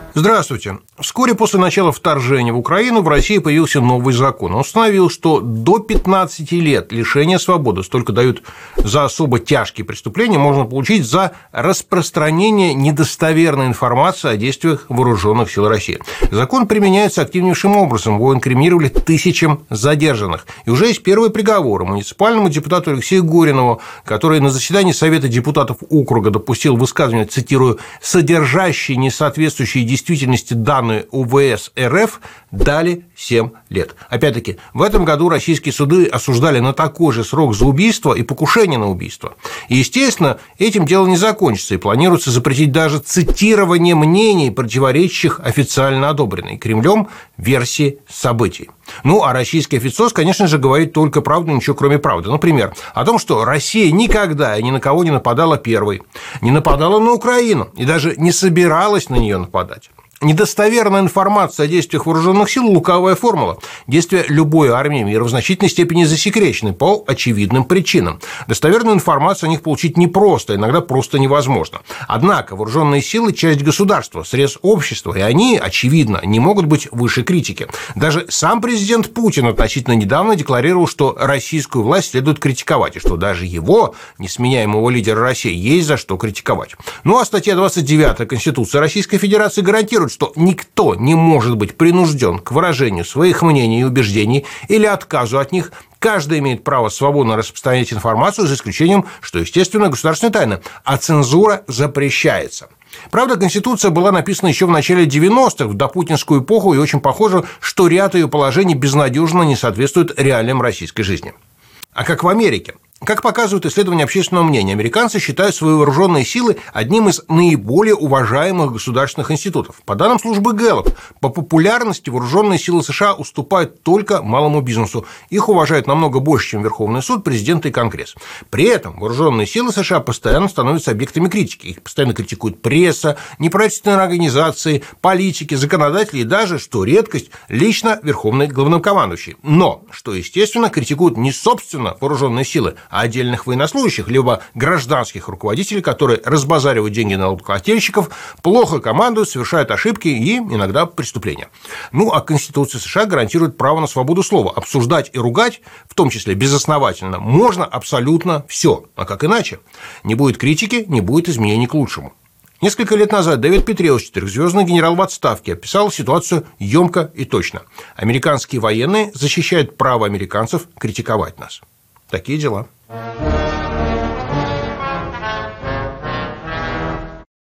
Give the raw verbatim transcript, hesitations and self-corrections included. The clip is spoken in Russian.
Здравствуйте. Вскоре после начала вторжения в Украину в России появился новый закон. Он установил, что до пятнадцати лет лишения свободы, столько дают за особо тяжкие преступления, можно получить за распространение недостоверной информации о действиях вооруженных сил России. Закон применяется активнейшим образом. Его инкриминировали тысячам задержанных. И уже есть первые приговоры муниципальному депутату Алексею Горинову, который на заседании Совета депутатов округа допустил высказывание, цитирую, «содержащие несоответствующие действительности данные УВС РФ, дали семь лет». Опять-таки, в этом году российские суды осуждали на такой же срок за убийство и покушение на убийство. И, естественно, этим дело не закончится, и планируется запретить даже цитирование мнений, противоречащих официально одобренной Кремлем версии событий. Ну, а российский официоз, конечно же, говорит только правду, ничего кроме правды. Например, о том, что Россия никогда и ни на кого не нападала первой, не нападала на Украину и даже не собиралась на нее нападать. Недостоверная информация о действиях вооруженных сил – лукавая формула. Действия любой армии мира в значительной степени засекречены по очевидным причинам. Достоверную информацию о них получить непросто, иногда просто невозможно. Однако вооруженные силы – часть государства, срез общества, и они, очевидно, не могут быть выше критики. Даже сам президент Путин относительно недавно декларировал, что российскую власть следует критиковать, и что даже его, несменяемого лидера России, есть за что критиковать. Ну а статья двадцать девятая Конституции Российской Федерации гарантирует, что никто не может быть принужден к выражению своих мнений и убеждений или отказу от них. Каждый имеет право свободно распространять информацию, за исключением, что, естественно, государственная тайна, а цензура запрещается. Правда, Конституция была написана еще в начале девяностых, в допутинскую эпоху, и очень похоже, что ряд ее положений безнадежно не соответствует реалиям российской жизни. А как в Америке? Как показывают исследования общественного мнения, американцы считают свои вооруженные силы одним из наиболее уважаемых государственных институтов. По данным службы Гэллоп, по популярности вооруженные силы США уступают только малому бизнесу. Их уважают намного больше, чем Верховный суд, президент и Конгресс. При этом вооруженные силы США постоянно становятся объектами критики. Их постоянно критикует пресса, неправительственные организации, политики, законодатели и даже, что редкость, лично Верховный главнокомандующий. Но, что естественно, критикуют не собственно вооруженные силы, а отдельных военнослужащих, либо гражданских руководителей, которые разбазаривают деньги налогоплательщиков, плохо командуют, совершают ошибки и иногда преступления. Ну, а Конституция США гарантирует право на свободу слова. Обсуждать и ругать, в том числе безосновательно, можно абсолютно все. А как иначе? Не будет критики, не будет изменений к лучшему. Несколько лет назад Дэвид Петрейус, четырехзвездный генерал в отставке, описал ситуацию емко и точно. Американские военные защищают право американцев критиковать нас. Такие дела.